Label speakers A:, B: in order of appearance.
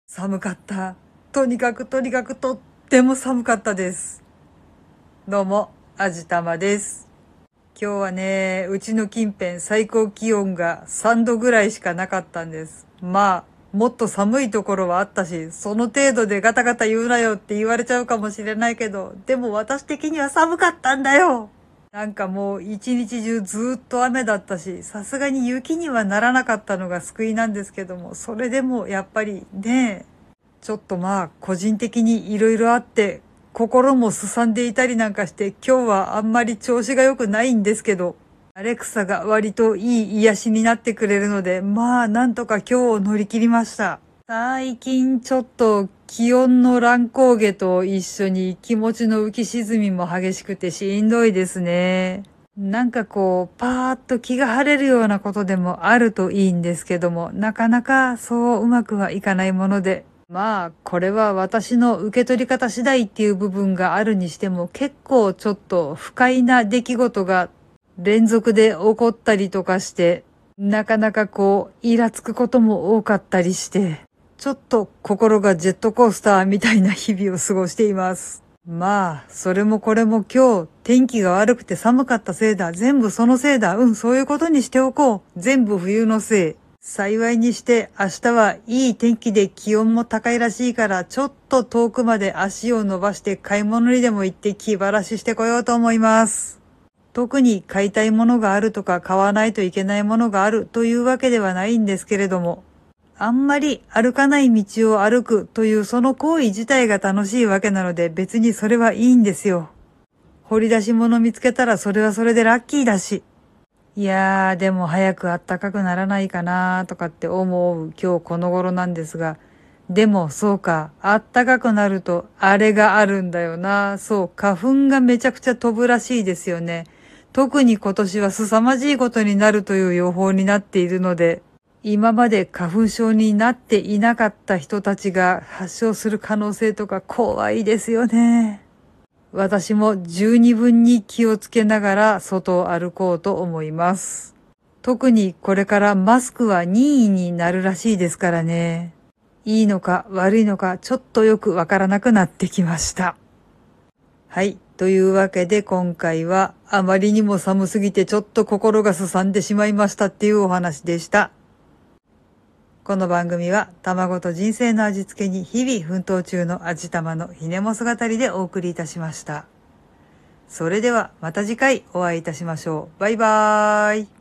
A: 寒かった。とにかくとっても寒かったです。どうも、あじたまです。今日はね、うちの近辺最高気温が3度ぐらいしかなかったんです。まあ、もっと寒いところはあったし、その程度でガタガタ言うなよって言われちゃうかもしれないけど、でも私的には寒かったんだよ。なんかもう一日中ずーっと雨だったし、さすがに雪にはならなかったのが救いなんですけども、それでもやっぱりね、ちょっとまあ個人的にいろいろあって心もすさんでいたりなんかして今日はあんまり調子が良くないんですけど、アレクサが割といい癒しになってくれるので、まあなんとか今日を乗り切りました。最近ちょっと気温の乱高下と一緒に気持ちの浮き沈みも激しくてしんどいですね。なんかこう、パーッと気が晴れるようなことでもあるといいんですけども、なかなかそううまくはいかないもので、まあ、これは私の受け取り方次第っていう部分があるにしても、結構ちょっと不快な出来事が連続で起こったりとかして、なかなかこう、イラつくことも多かったりして、ちょっと心がジェットコースターみたいな日々を過ごしています。まあ、それもこれも今日天気が悪くて寒かったせいだ。全部そのせいだ。そういうことにしておこう。全部冬のせい。幸いにして明日はいい天気で気温も高いらしいからちょっと遠くまで足を伸ばして買い物にでも行って気晴らししてこようと思います。特に買いたいものがあるとか買わないといけないものがあるというわけではないんですけれども、あんまり歩かない道を歩くというその行為自体が楽しいわけなので別にそれはいいんですよ。掘り出し物見つけたらそれはそれでラッキーだし。いやーでも早く暖かくならないかなとかって思う今日この頃なんですが。でもそうか、暖かくなるとあれがあるんだよな。そう、花粉がめちゃくちゃ飛ぶらしいですよね。特に今年は凄まじいことになるという予報になっているので、今まで花粉症になっていなかった人たちが発症する可能性とか怖いですよね。私も十二分に気をつけながら外を歩こうと思います。特にこれからマスクは任意になるらしいですからね。いいのか悪いのかちょっとよくわからなくなってきました。はい。というわけで今回はあまりにも寒すぎてちょっと心がすさんでしまいましたっていうお話でした。この番組は卵と人生の味付けに日々奮闘中の味玉のひねも姿りでお送りいたしました。それではまた次回お会いいたしましょう。バイバーイ。